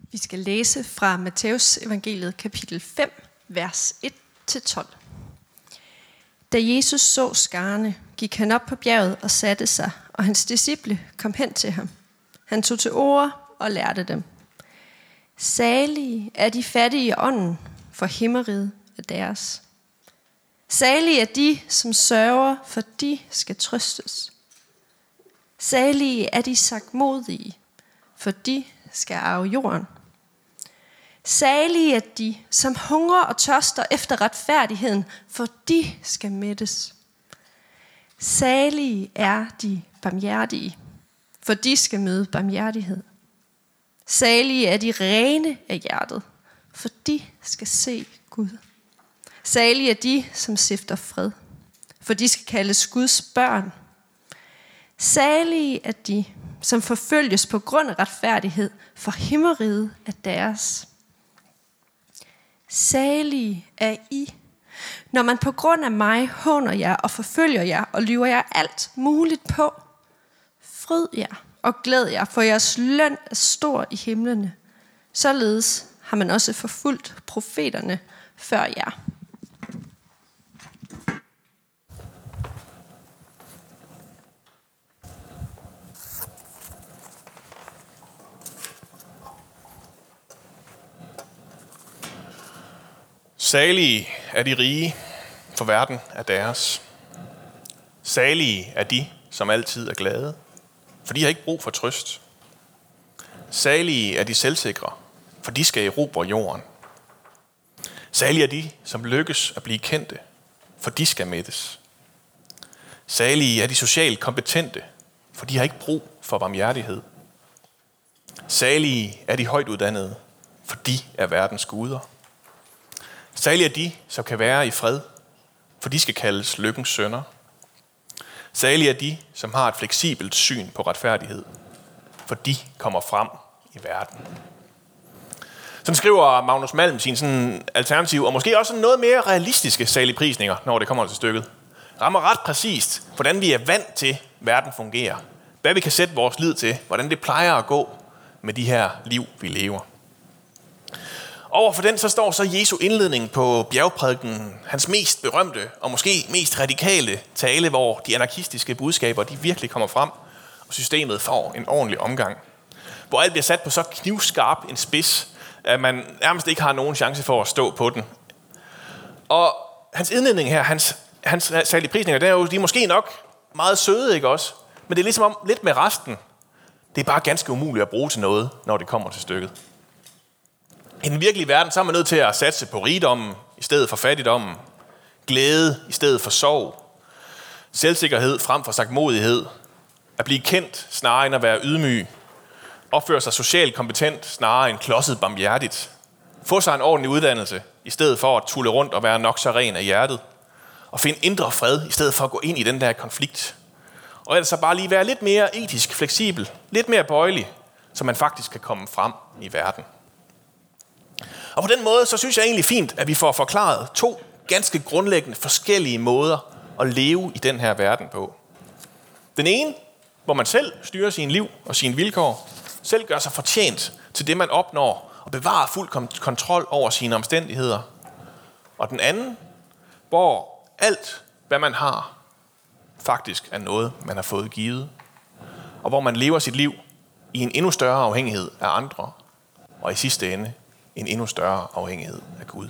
Vi skal læse fra Matteus evangeliet kapitel 5, vers 1-12. Da Jesus så skarne, gik han op på bjerget og satte sig, og hans disciple kom hen til ham. Han tog til orde og lærte dem. Salige er de fattige i ånden, for himmeriget er deres. Salige er de, som sørger, for de skal trøstes. Salige er de sagtmodige, for de skal arve jorden. Salige er de, som hungrer og tørster efter retfærdigheden, for de skal mættes. Salige er de barmhjertige, for de skal møde barmhjertighed. Salige er de rene af hjertet, for de skal se Gud. Salige er de, som stifter fred, for de skal kaldes Guds børn. Salige er de, som forfølges på grund af retfærdighed, for himmeriget er deres. Salige er I, når man på grund af mig håner jer og forfølger jer og lyver jer alt muligt på. Fryd jer og glæd jer, for jeres løn er stor i himlene. Således har man også forfulgt profeterne før jer. Salige er de rige, for verden er deres. Salige er de, som altid er glade, for de har ikke brug for trøst. Salige er de selvsikre, for de skal erobre jorden. Salige er de, som lykkes at blive kendte, for de skal mættes. Salige er de socialt kompetente, for de har ikke brug for barmhjertighed. Salige er de højt uddannede, for de er verdens guder. Salige er de, som kan være i fred, for de skal kaldes lykkens sønner. Salige er de, som har et fleksibelt syn på retfærdighed, for de kommer frem i verden. Sådan skriver Magnus Malm sin sådan alternativ, og måske også noget mere realistiske saligprisninger, når det kommer til stykket. Rammer ret præcist, hvordan vi er vant til, verden fungerer. Hvad vi kan sætte vores lid til, hvordan det plejer at gå med de her liv, vi lever. Overfor den så står så Jesu indledning på bjergprædiken, hans mest berømte og måske mest radikale tale, hvor de anarkistiske budskaber de virkelig kommer frem, og systemet får en ordentlig omgang. Hvor alt bliver sat på så knivskarp en spids, at man nærmest ikke har nogen chance for at stå på den. Og hans indledning her, hans saligprisninger, de er måske nok meget søde, ikke også? Men det er ligesom om lidt med resten. Det er bare ganske umuligt at bruge til noget, når det kommer til stykket. I den virkelige verden, så er man nødt til at satse på rigdommen i stedet for fattigdommen, glæde i stedet for sorg, selvsikkerhed frem for sagtmodighed, at blive kendt snarere end at være ydmyg, opføre sig socialt kompetent snarere end klodset barmhjertigt, få sig en ordentlig uddannelse i stedet for at tulle rundt og være nok så ren af hjertet, og finde indre fred i stedet for at gå ind i den der konflikt. Og ellers så bare lige være lidt mere etisk fleksibel, lidt mere bøjelig, så man faktisk kan komme frem i verden. Og på den måde, så synes jeg egentlig fint, at vi får forklaret 2 ganske grundlæggende forskellige måder at leve i den her verden på. Den ene, hvor man selv styrer sin liv og sine vilkår, selv gør sig fortjent til det, man opnår, og bevarer fuld kontrol over sine omstændigheder. Og den anden, hvor alt, hvad man har, faktisk er noget, man har fået givet. Og hvor man lever sit liv i en endnu større afhængighed af andre, og i sidste ende en endnu større afhængighed af Gud.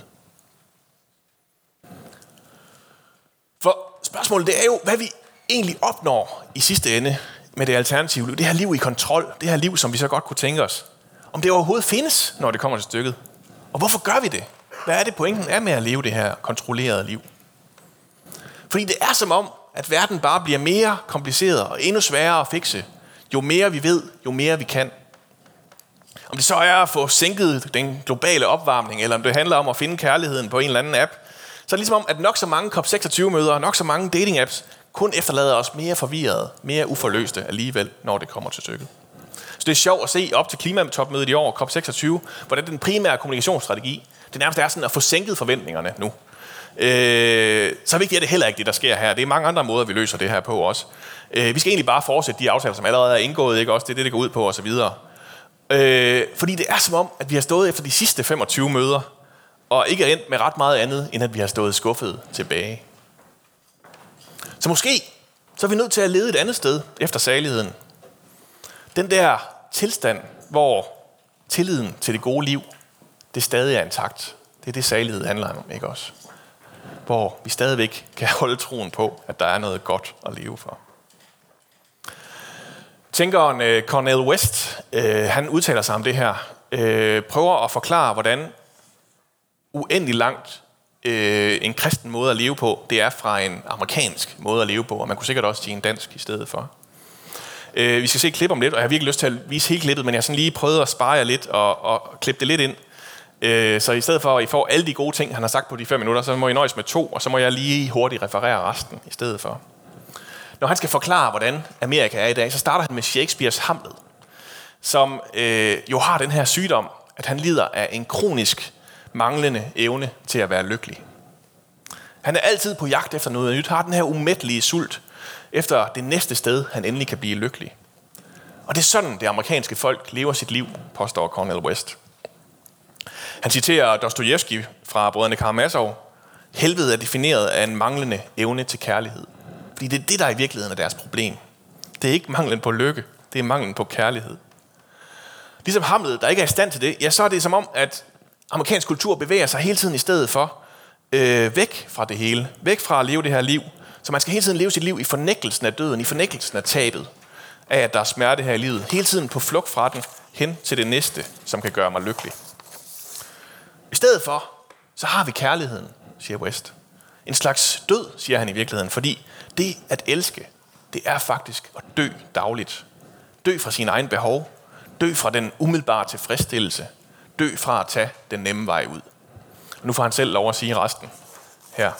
For spørgsmålet det er jo, hvad vi egentlig opnår i sidste ende med det alternative liv. Det her liv i kontrol, det her liv, som vi så godt kunne tænke os. Om det overhovedet findes, når det kommer til stykket. Og hvorfor gør vi det? Hvad er det pointen er med at leve det her kontrollerede liv? Fordi det er som om, at verden bare bliver mere kompliceret og endnu sværere at fikse. Jo mere vi ved, jo mere vi kan. Om det så er at få sænket den globale opvarmning, eller om det handler om at finde kærligheden på en eller anden app, så er det ligesom om, at nok så mange COP26-møder og nok så mange dating-apps kun efterlader os mere forvirrede, mere uforløste alligevel, når det kommer til stykket. Så det er sjovt at se op til klimatopmødet i år, COP26, hvordan den primære kommunikationsstrategi, det nærmest er sådan at få sænket forventningerne nu. Så vigtigt er det heller ikke det, der sker her. Det er mange andre måder, vi løser det her på også. Vi skal egentlig bare fortsætte de aftaler, som allerede er indgået, ikke også? Det er det, det går ud på, og så videre. Fordi det er som om, at vi har stået efter de sidste 25 møder, og ikke er endt med ret meget andet, end at vi har stået skuffet tilbage. Så måske så er vi nødt til at lede et andet sted efter saligheden. Den der tilstand, hvor tilliden til det gode liv, det stadig er intakt. Det er det, salighed handler om, ikke også? Hvor vi stadigvæk kan holde troen på, at der er noget godt at leve for. Tænkeren Cornel West, han udtaler sig om det her, prøver at forklare, hvordan uendelig langt en kristen måde at leve på, det er fra en amerikansk måde at leve på, og man kunne sikkert også sige en dansk i stedet for. Vi skal se et klip om lidt, og jeg har virkelig lyst til at vise hele klippet, men jeg har sådan lige prøvet at spare jer lidt og klippe det lidt ind. Så i stedet for, at I får alle de gode ting, han har sagt på de 5 minutter, så må I nøjes med 2, og så må jeg lige hurtigt referere resten i stedet for. Når han skal forklare, hvordan Amerika er i dag, så starter han med Shakespeares Hamlet, som jo har den her sygdom, at han lider af en kronisk manglende evne til at være lykkelig. Han er altid på jagt efter noget nyt, har den her umættelige sult efter det næste sted, han endelig kan blive lykkelig. Og det er sådan, det amerikanske folk lever sit liv, påstår Cornel West. Han citerer Dostojevskij fra Brødrene Karamazov. Helvede er defineret af en manglende evne til kærlighed. Fordi det er det, der i virkeligheden er deres problem. Det er ikke manglen på lykke, det er manglen på kærlighed. Ligesom Hamlet, der ikke er i stand til det, ja, så er det som om, at amerikansk kultur bevæger sig hele tiden i stedet for væk fra det hele. Væk fra at leve det her liv. Så man skal hele tiden leve sit liv i fornægtelsen af døden, i fornægtelsen af tabet, af at der er smerte her i livet. Hele tiden på flugt fra den, hen til det næste, som kan gøre mig lykkelig. I stedet for, så har vi kærligheden, siger West. En slags død, siger han i virkeligheden, fordi det at elske, det er faktisk at dø dagligt. Dø fra sine egne behov, dø fra den umiddelbare tilfredsstillelse, dø fra at tage den nemme vej ud. Nu får han selv lov at sige resten her.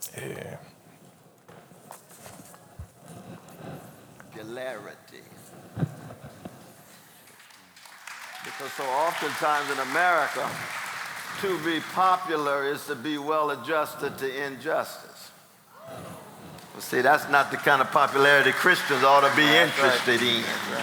Because so oftentimes in America, to be popular is to be well adjusted to injustice. Well, see, that's not the kind of popularity Christians ought to be interested in.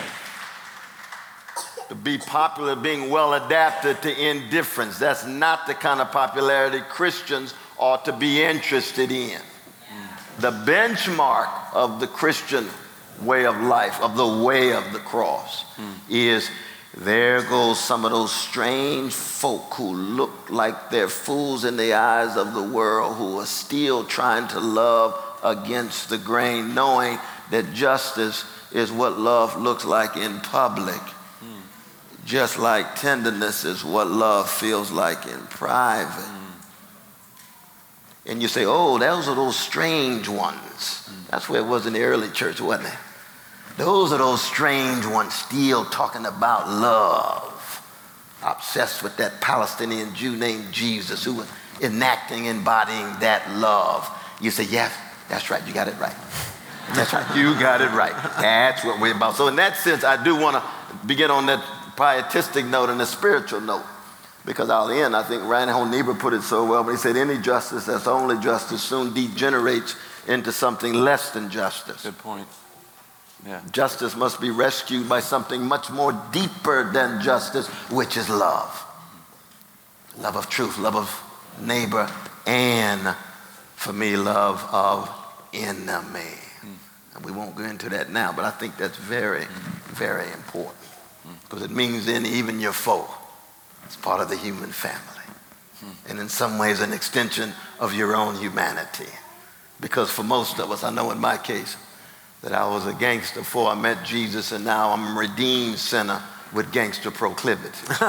To be popular, being well adapted to indifference. That's not the kind of popularity Christians ought to be interested in. The benchmark of the Christian way of life, of the way of the cross, is there goes some of those strange folk who look like they're fools in the eyes of the world, who are still trying to love against the grain, knowing that justice is what love looks like in public. Just like tenderness is what love feels like in private. And you say, oh, those are those strange ones. That's where it was in the early church, wasn't it? Those are those strange ones still talking about love. Obsessed with that Palestinian Jew named Jesus who was enacting, embodying that love. You say, yes, that's right, you got it right. That's right, you got it right. That's what we're about. So in that sense, I do want to begin on that pietistic note and a spiritual note. Because I'll end, I think Reinhold Niebuhr put it so well when he said, any justice that's only justice soon degenerates into something less than justice. Good point. Yeah. Justice must be rescued by something much more deeper than justice, which is love. Love of truth, love of neighbor, and for me, love of enemy. And we won't go into that now, but I think that's very, very important. Because it means then even your foe is part of the human family. And in some ways an extension of your own humanity. Because for most of us, I know in my case, that I was a gangster before I met Jesus, and now I'm a redeemed sinner with gangster proclivities. Yeah,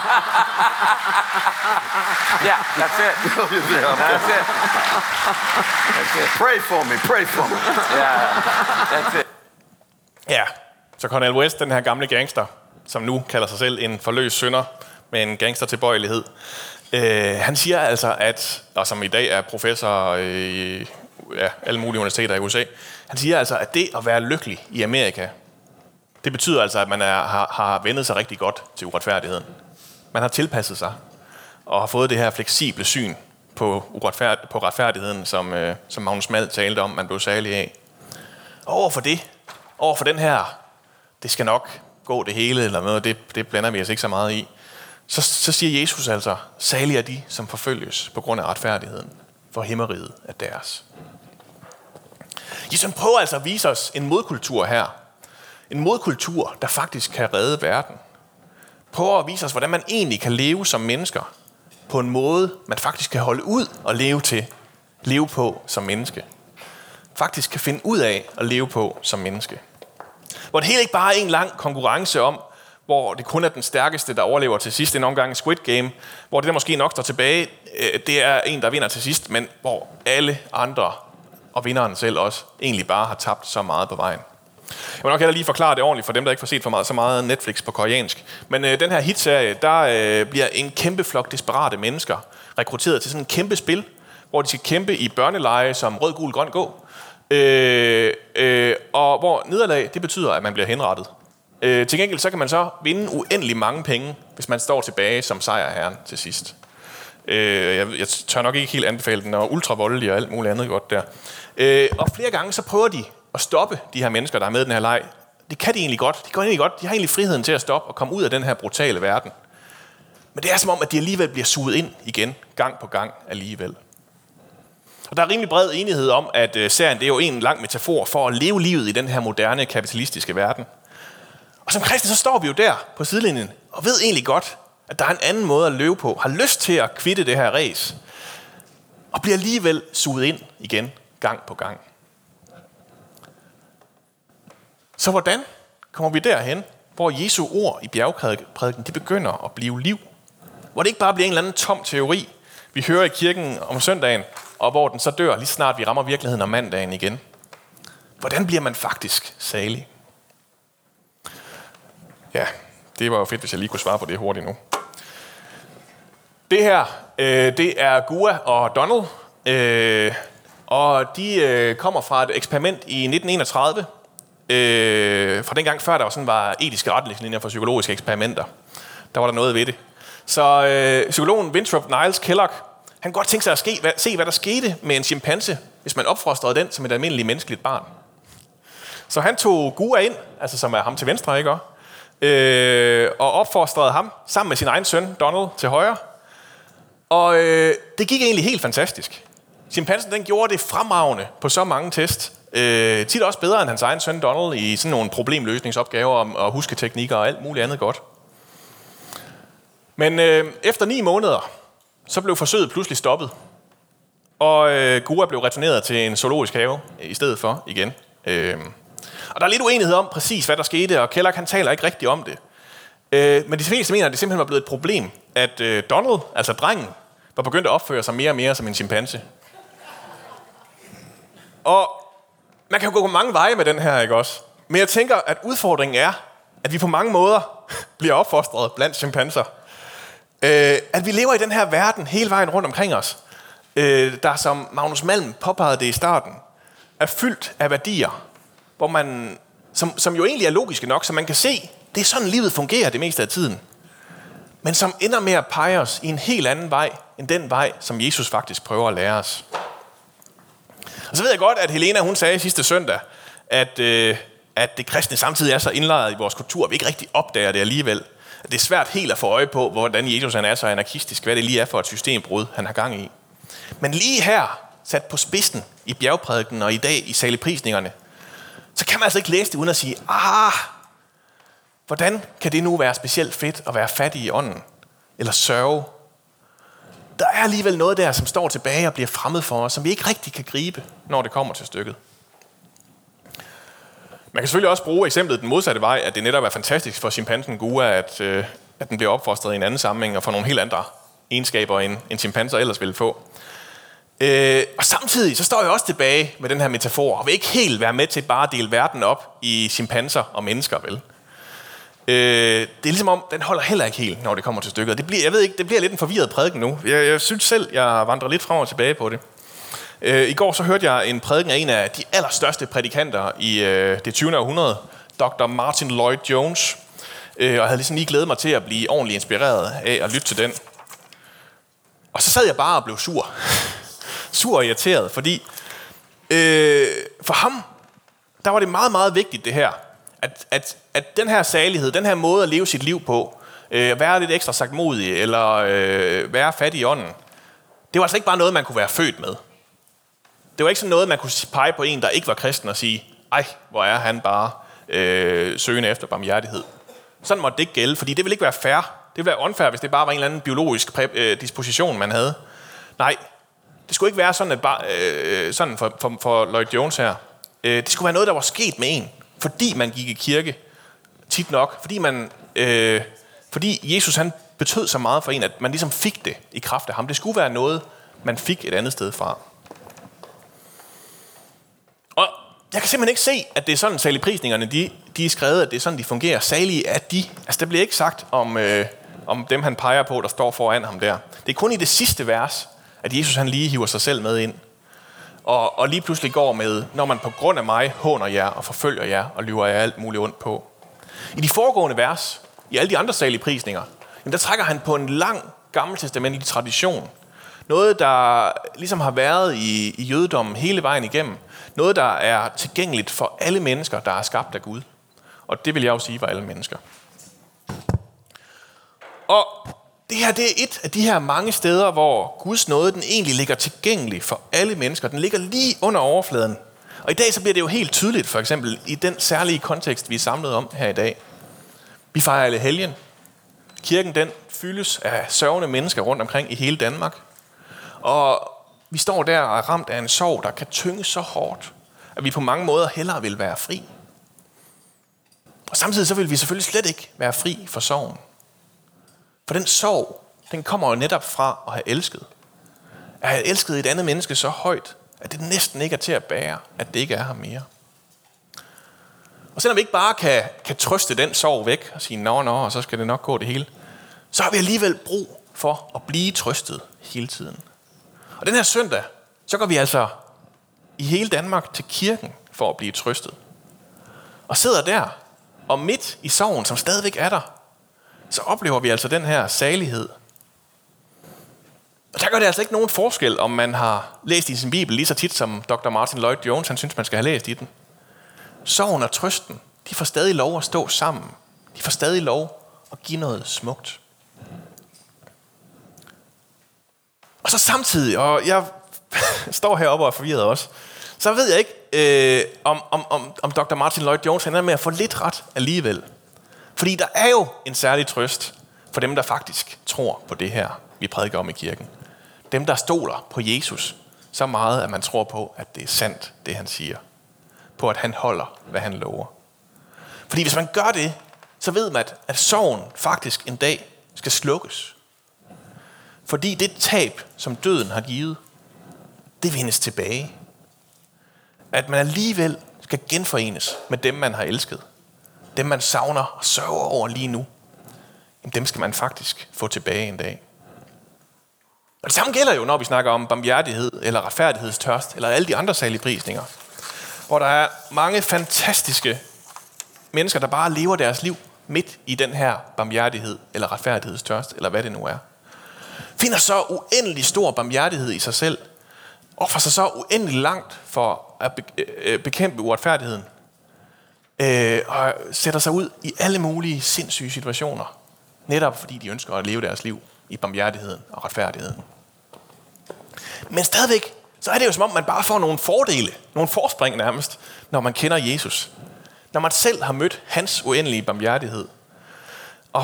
that's it. That's it. That's it. Pray for me, pray for me. Yeah, that's it. Ja, så Cornel West, den her gamle gangster, som nu kalder sig selv en forløst synder med en gangstertilbøjelighed, han siger altså, at, og som i dag er professor i alle mulige universiteter i USA, han siger altså, at det at være lykkelig i Amerika, det betyder altså, at man har vendet sig rigtig godt til uretfærdigheden. Man har tilpasset sig og har fået det her fleksible syn på retfærdigheden, som Magnus Mal talte om, man blev salig af. Og overfor det, overfor den her, det skal nok gå det hele eller noget, det blander vi os ikke så meget i. Så siger Jesus altså, salige er de, som forfølges på grund af retfærdigheden, for himmeriget er deres. Jesus prøver altså at vise os en modkultur her. En modkultur, der faktisk kan redde verden. Prøver at vise os, hvordan man egentlig kan leve som mennesker på en måde, man faktisk kan holde ud og leve på som menneske. Faktisk kan finde ud af at leve på som menneske. Hvor det hele ikke bare er en lang konkurrence om, hvor det kun er den stærkeste, der overlever til sidst. En omgang Squid Game, hvor det der måske nok står tilbage, det er en, der vinder til sidst, men hvor alle andre, og vinderen selv også, egentlig bare har tabt så meget på vejen. Jeg må nok heller lige forklare det ordentligt for dem, der ikke får set så meget Netflix på koreansk. Men den her hitserie, der bliver en kæmpe flok desperate mennesker rekrutteret til sådan en kæmpe spil, hvor de skal kæmpe i børneleje som rød, gul, grøn, gå. Og hvor nederlag, det betyder, at man bliver henrettet. Til gengæld så kan man så vinde uendelig mange penge, hvis man står tilbage som sejrherren til sidst. Jeg tør nok ikke helt anbefale den, og ultravoldelig og alt muligt andet godt der. Og flere gange så prøver de at stoppe de her mennesker, der er med i den her leg. Det kan de egentlig godt. De har egentlig friheden til at stoppe og komme ud af den her brutale verden. Men det er som om, at de alligevel bliver suget ind igen, gang på gang alligevel. Og der er rimelig bred enighed om, at serien det er jo en lang metafor for at leve livet i den her moderne kapitalistiske verden. Og som kristne, så står vi jo der på sidelinjen og ved egentlig godt, at der er en anden måde at leve på, har lyst til at kvitte det her ræs, og bliver alligevel suget ind igen, gang på gang. Så hvordan kommer vi derhen, hvor Jesu ord i bjergprædiken, de begynder at blive liv? Hvor det ikke bare bliver en eller anden tom teori, vi hører i kirken om søndagen, og hvor den så dør, lige snart vi rammer virkeligheden om mandagen igen. Hvordan bliver man faktisk salig? Ja, det var jo fedt, hvis jeg lige kunne svare på det hurtigt nu. Det her, det er Gua og Donald, og de kommer fra et eksperiment i 1931, fra dengang før der var etiske retningslinjer for psykologiske eksperimenter. Der var der noget ved det. Så psykologen Winthrop Niles Kellogg, han kunne godt tænke sig at se, hvad der skete med en chimpanse, hvis man opfostrede den som et almindeligt menneskeligt barn. Så han tog Gua ind, altså som er ham til venstre, ikke? Og opfostrede ham sammen med sin egen søn, Donald, til højre. Og det gik egentlig helt fantastisk. Chimpansen, den gjorde det fremragende på så mange test. Tit også bedre end hans egen søn, Donald, i sådan nogle problemløsningsopgaver og husketeknikker og alt muligt andet godt. Men efter 9 måneder, så blev forsøget pludselig stoppet. Og Gua blev returneret til en zoologisk have i stedet for igen. Og der er lidt uenighed om præcis, hvad der skete, og Kellogg han taler ikke rigtigt om det. Men de fleste mener, at det simpelthen var blevet et problem, at Donald, altså drengen, var begyndt at opføre sig mere og mere som en chimpanse. Og man kan jo gå på mange veje med den her, ikke også? Men jeg tænker, at udfordringen er, at vi på mange måder bliver opfostret blandt chimpanser. At vi lever i den her verden hele vejen rundt omkring os, der som Magnus Malm påpegede det i starten, er fyldt af værdier, hvor man, som jo egentlig er logiske nok, så man kan se, det er sådan livet fungerer det meste af tiden. Men som ender med at pege os i en helt anden vej, end den vej, som Jesus faktisk prøver at lære os. Og så ved jeg godt, at Helena, hun sagde sidste søndag, at det kristne samtidig er så indlejret i vores kultur, at vi ikke rigtig opdager det alligevel. At det er svært helt at få øje på, hvordan Jesus han er så anarkistisk, hvad det lige er for et systembrud, han har gang i. Men lige her, sat på spidsen i bjergprædiken og i dag i saligprisningerne, så kan man altså ikke læse det uden at sige, hvordan kan det nu være specielt fedt at være fattig i ånden? Eller sørge? Der er alligevel noget der, som står tilbage og bliver fremmed for os, som vi ikke rigtig kan gribe, når det kommer til stykket. Man kan selvfølgelig også bruge eksemplet den modsatte vej, at det netop er fantastisk for chimpansen Gua, at den bliver opfostret i en anden sammenhæng og får nogle helt andre egenskaber, end chimpanser ellers ville få. Og samtidig så står jeg også tilbage med den her metafor, og vil ikke helt være med til bare at dele verden op i chimpanser og mennesker, vel? Det er ligesom om, den holder heller ikke helt, når det kommer til stykket. Det bliver lidt en forvirret prædiken nu. Jeg synes selv, jeg vandrer lidt frem og tilbage på det. I går så hørte jeg en prædiken af en af de allerstørste prædikanter i det 20. århundrede, Dr. Martin Lloyd Jones. Og jeg havde ligesom lige glædet mig til at blive ordentligt inspireret af at lytte til den. Og så sad jeg bare og blev sur. Sur og irriteret, fordi for ham, der var det meget, meget vigtigt det her, At den her salighed, den her måde at leve sit liv på, være lidt ekstra sagtmodig, eller være fattig i ånden, det var altså ikke bare noget, man kunne være født med. Det var ikke sådan noget, man kunne pege på en, der ikke var kristen og sige, ej, hvor er han bare søgende efter barmhjertighed. Sådan måtte det ikke gælde, fordi det ville ikke være fair. Det ville være unfair, hvis det bare var en eller anden biologisk disposition, man havde. Nej, det skulle ikke være sådan, at sådan for Lloyd Jones her. Det skulle være noget, der var sket med en, fordi man gik i kirke tit nok. Fordi Jesus han betød så meget for en, at man ligesom fik det i kraft af ham. Det skulle være noget, man fik et andet sted fra. Og jeg kan simpelthen ikke se, at det er sådan, saligprisningerne de er skrevet, at det er sådan, de fungerer. Salige er de. Altså, der bliver ikke sagt om dem, han peger på, der står foran ham der. Det er kun i det sidste vers, at Jesus han lige hiver sig selv med ind. Og lige pludselig går med, når man på grund af mig håner jer og forfølger jer og lyver jer alt muligt ondt på. I de foregående vers, i alle de andre saligprisninger, der trækker han på en lang gammeltestamentlig tradition. Noget, der ligesom har været i jødedommen hele vejen igennem. Noget, der er tilgængeligt for alle mennesker, der er skabt af Gud. Og det vil jeg jo sige var alle mennesker. Og det her, det er et af de her mange steder, hvor Guds nåde, den egentlig ligger tilgængelig for alle mennesker. Den ligger lige under overfladen. Og i dag så bliver det jo helt tydeligt, for eksempel i den særlige kontekst, vi er samlet om her i dag. Vi fejrer Allehelgen. Kirken, den fyldes af sørgende mennesker rundt omkring i hele Danmark. Og vi står der og er ramt af en sorg, der kan tynge så hårdt, at vi på mange måder hellere vil være fri. Og samtidig så vil vi selvfølgelig slet ikke være fri for sorgen. For den sorg, den kommer jo netop fra at have elsket. At have elsket et andet menneske så højt, at det næsten ikke er til at bære, at det ikke er her mere. Og selvom vi ikke bare kan trøste den sorg væk og sige, nå, og så skal det nok gå det hele, så har vi alligevel brug for at blive trøstet hele tiden. Og den her søndag, så går vi altså i hele Danmark til kirken for at blive trøstet. Og sidder der, og midt i sorgen, som stadigvæk er der, så oplever vi altså den her salighed. Og der gør det altså ikke nogen forskel, om man har læst i sin bibel lige så tit, som Dr. Martin Lloyd Jones, han synes, man skal have læst i den. Sorgen og trøsten, de får stadig lov at stå sammen. De får stadig lov at give noget smukt. Og så samtidig, og jeg står heroppe og er forvirret også, så ved jeg ikke, om Dr. Martin Lloyd Jones ender med at få lidt ret alligevel. Fordi der er jo en særlig trøst for dem, der faktisk tror på det her, vi prædiker om i kirken. Dem, der stoler på Jesus så meget, at man tror på, at det er sandt, det han siger. På at han holder, hvad han lover. Fordi hvis man gør det, så ved man, at sorgen faktisk en dag skal slukkes. Fordi det tab, som døden har givet, det vindes tilbage. At man alligevel skal genforenes med dem, man har elsket. Dem, man savner og sørger over lige nu. Dem skal man faktisk få tilbage en dag. Og det samme gælder jo, når vi snakker om barmhjertighed, eller retfærdighedstørst, eller alle de andre saligprisninger. Hvor der er mange fantastiske mennesker, der bare lever deres liv midt i den her barmhjertighed, eller retfærdighedstørst, eller hvad det nu er. Finder så uendelig stor barmhjertighed i sig selv, offrer sig så uendelig langt for at bekæmpe uretfærdigheden, og sætter sig ud i alle mulige sindssyge situationer, netop fordi de ønsker at leve deres liv i barmhjertigheden og retfærdigheden. Men stadigvæk, så er det jo som om, man bare får nogle fordele, nogle forspring nærmest, når man kender Jesus. Når man selv har mødt hans uendelige barmhjertighed, og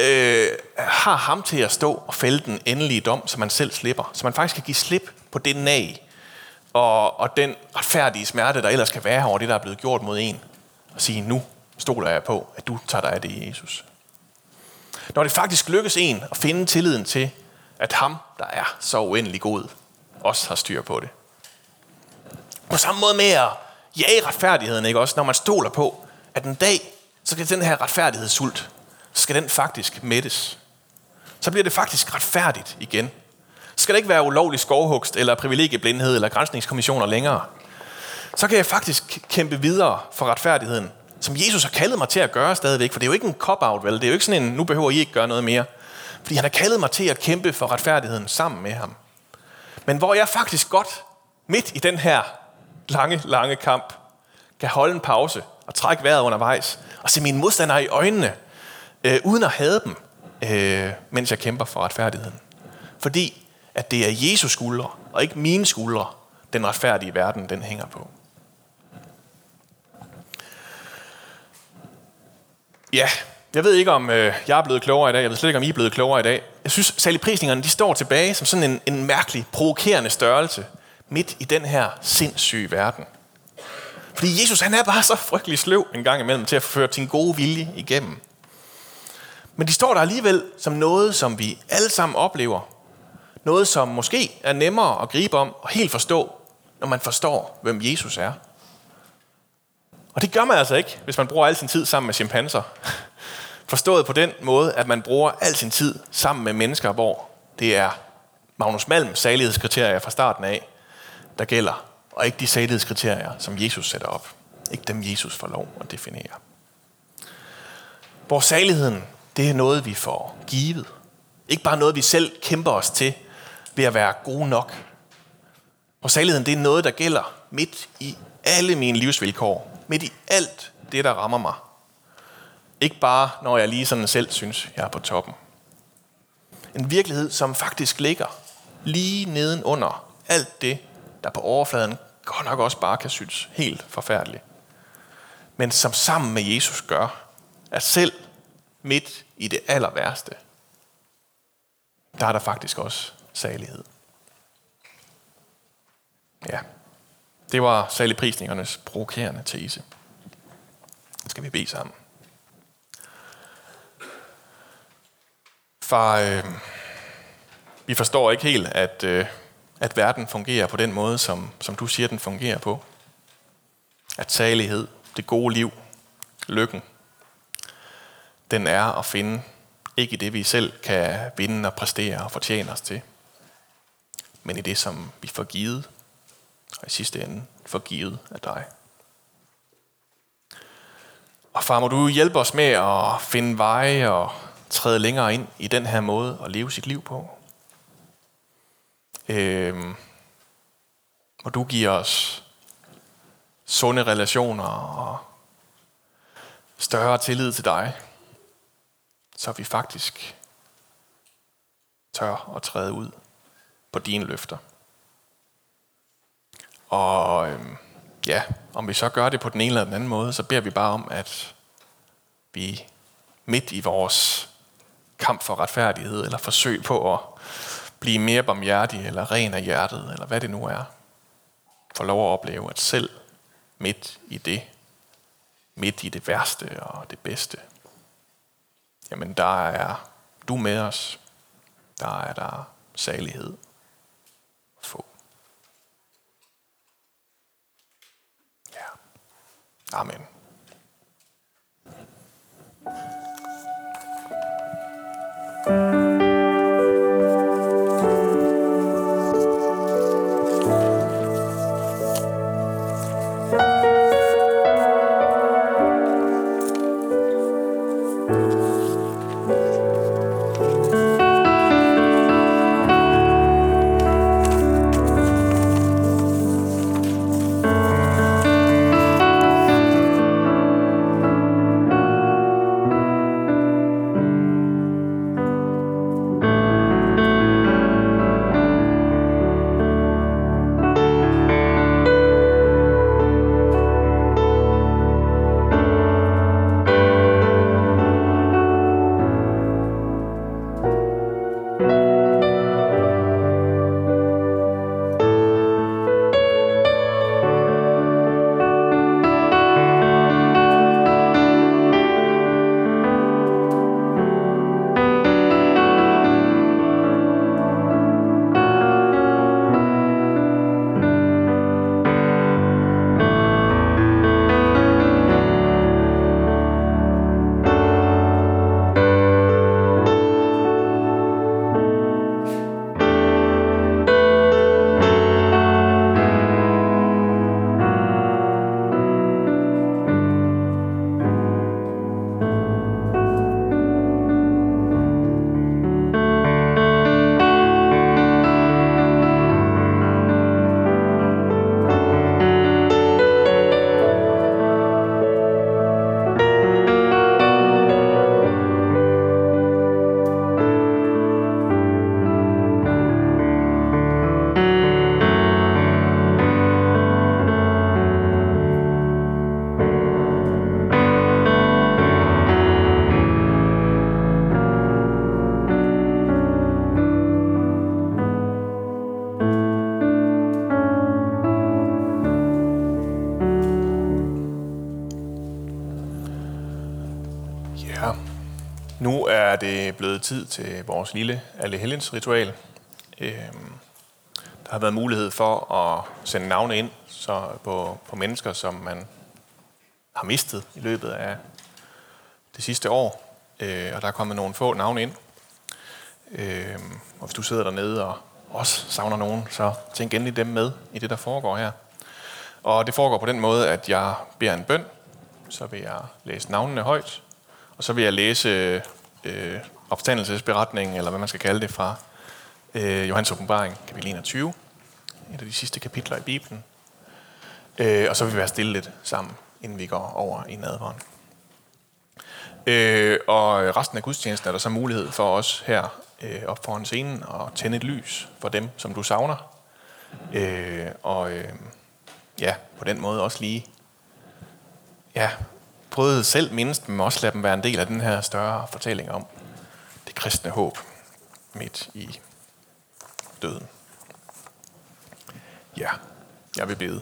har ham til at stå og fælde den endelige dom, så man selv slipper. Så man faktisk kan give slip på det nag, og den retfærdige smerte, der ellers kan være over det, der er blevet gjort mod en. Og sige, nu stoler jeg på, at du tager dig af det, Jesus. Når det faktisk lykkes en at finde tilliden til, at ham, der er så uendelig god, også har styr på det. På samme måde med at jage retfærdigheden, ikke også? Når man stoler på, at en dag, så skal den her retfærdighedssult, så skal den faktisk mættes. Så bliver det faktisk retfærdigt igen. Så skal det ikke være ulovlig skovhugst, eller privilegieblindhed, eller granskningskommissioner længere. Så kan jeg faktisk kæmpe videre for retfærdigheden, som Jesus har kaldet mig til at gøre stadigvæk. For det er jo ikke en cop-out, vel? Det er jo ikke sådan en, nu behøver I ikke gøre noget mere. Fordi han har kaldet mig til at kæmpe for retfærdigheden sammen med ham. Men hvor jeg faktisk godt, midt i den her lange kamp, kan holde en pause og trække vejret undervejs, og se mine modstandere i øjnene, uden at hade dem, mens jeg kæmper for retfærdigheden. Fordi at det er Jesus skuldre, og ikke mine skuldre, den retfærdige verden, den hænger på. Ja, jeg ved ikke, om jeg er blevet klogere i dag. Jeg ved slet ikke, om I er blevet klogere i dag. Jeg synes, saligprisningerne, de står tilbage som sådan en mærkelig, provokerende størrelse midt i den her sindssyge verden. Fordi Jesus, han er bare så frygtelig sløv en gang imellem til at føre sin gode vilje igennem. Men de står der alligevel som noget, som vi alle sammen oplever. Noget, som måske er nemmere at gribe om og helt forstå, når man forstår, hvem Jesus er. Og det gør man altså ikke, hvis man bruger al sin tid sammen med chimpanser. Forstået på den måde, at man bruger al sin tid sammen med mennesker, hvor det er Magnus Malms salighedskriterier fra starten af, der gælder, og ikke de salighedskriterier, som Jesus sætter op. Ikke dem, Jesus får lov at definere. Hvor saligheden, det er noget, vi får givet. Ikke bare noget, vi selv kæmper os til ved at være gode nok. Hvor saligheden, det er noget, der gælder midt i alle mine livsvilkår. Midt i alt det, der rammer mig. Ikke bare, når jeg lige sådan selv synes, jeg er på toppen. En virkelighed, som faktisk ligger lige nedenunder alt det, der på overfladen godt nok også bare kan synes helt forfærdeligt. Men som sammen med Jesus gør, at selv midt i det aller værste, der er der faktisk også salighed. Ja, det var saligprisningernes provokerende tese. Skal vi bede sammen. Far, vi forstår ikke helt, at verden fungerer på den måde, som du siger, den fungerer på. At salighed, det gode liv, lykken, den er at finde ikke i det, vi selv kan vinde og præstere og fortjene os til, men i det, som vi får givet, og i sidste ende får givet af dig. Og far, må du hjælpe os med at finde veje og træde længere ind i den her måde at leve sit liv på. Må du give os sunde relationer og større tillid til dig, så vi faktisk tør at træde ud på dine løfter. Og om vi så gør det på den ene eller den anden måde, så beder vi bare om, at vi midt i vores kamp for retfærdighed, eller forsøg på at blive mere barmhjertige, eller ren af hjertet, eller hvad det nu er, får lov at opleve, at selv midt i det værste og det bedste, jamen der er du med os, der er der salighed at få. Ja. Amen. er det blevet tid til vores lille Allehelgens-ritual. Der har været mulighed for at sende navne ind på mennesker, som man har mistet i løbet af det sidste år. Og der er kommet nogle få navne ind. Og hvis du sidder dernede og også savner nogen, så tænk endelig dem med i det, der foregår her. Og det foregår på den måde, at jeg beder en bøn, så vil jeg læse navnene højt, og så vil jeg læse opstandelsesberetningen, eller hvad man skal kalde det, fra Johannes Åbenbaring, kapitel 21, et af de sidste kapitler i Bibelen. Og så vil vi være stille lidt sammen, inden vi går over i nadveren. Og resten af gudstjenesten er der så mulighed for os her op foran scenen at tænde et lys for dem, som du savner. På den måde også lige prøvede selv mindst, men også lade dem være en del af den her større fortælling om det kristne håb midt i døden. Ja, jeg vil bede.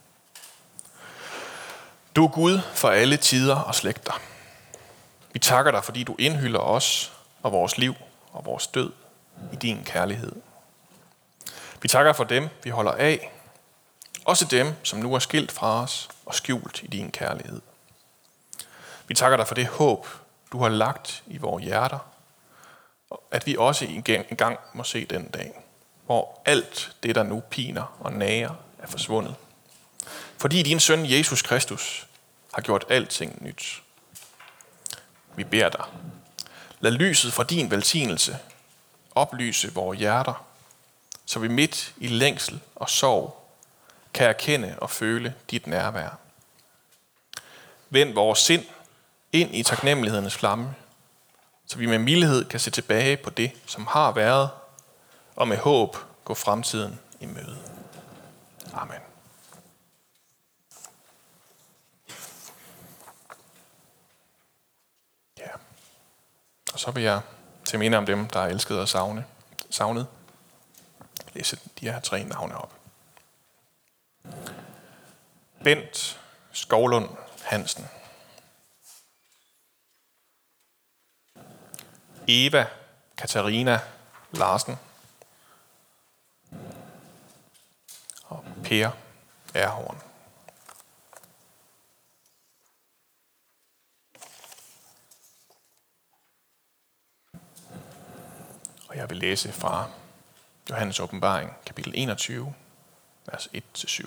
Du er Gud for alle tider og slægter. Vi takker dig, fordi du indhylder os og vores liv og vores død i din kærlighed. Vi takker for dem, vi holder af, også dem, som nu er skilt fra os og skjult i din kærlighed. Vi takker dig for det håb, du har lagt i vores hjerter, at vi også en gang må se den dag, hvor alt det, der nu piner og nager, er forsvundet. Fordi din søn Jesus Kristus har gjort alting nyt. Vi beder dig, lad lyset fra din velsignelse oplyse vores hjerter, så vi midt i længsel og sorg kan erkende og føle dit nærvær. Vend vores sind ind i taknemmelighedens flamme, så vi med mildhed kan se tilbage på det, som har været, og med håb gå fremtiden i møde. Amen. Ja. Og så vil jeg til minde om dem, der er elsket og savnet, læse de her 3 navne op. Bent Skovlund Hansen. Eva Katarina Larsen. Og Per Erhorn. Og jeg vil læse fra Johannes Åbenbaring, kapitel 21, vers 1-7.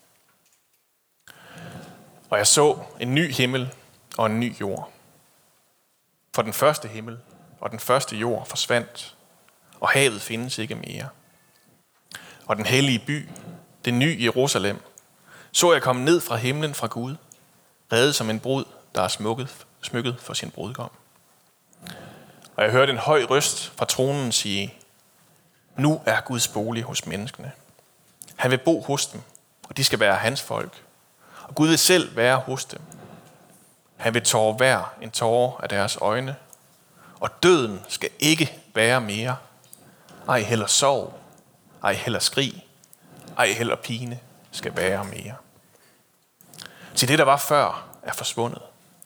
Og jeg så en ny himmel og en ny jord. For den første himmel og den første jord forsvandt, og havet findes ikke mere. Og den hellige by, det nye Jerusalem, så jeg komme ned fra himlen fra Gud, reddet som en brud, der er smykket for sin brudgom. Og jeg hørte en høj røst fra tronen sige, nu er Guds bolig hos menneskene. Han vil bo hos dem, og de skal være hans folk. Og Gud vil selv være hos dem. Han vil tåre hver en tåre af deres øjne, og døden skal ikke være mere. Ej heller sorg, ej heller skrig, ej heller pine skal være mere. Til det, der var før, er forsvundet.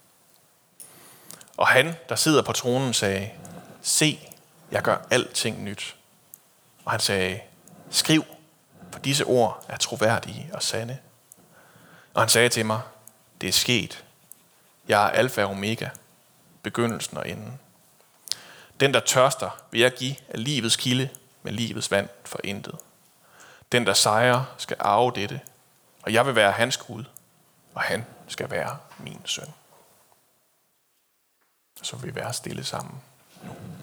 Og han, der sidder på tronen, sagde, se, jeg gør alting nyt. Og han sagde, skriv, for disse ord er troværdige og sande. Og han sagde til mig, det er sket. Jeg er alfa og omega, begyndelsen og enden. Den, der tørster, vil jeg give af livets kilde med livets vand for intet. Den, der sejrer, skal arve dette, og jeg vil være hans Gud, og han skal være min søn. Så vil vi være stille sammen nu.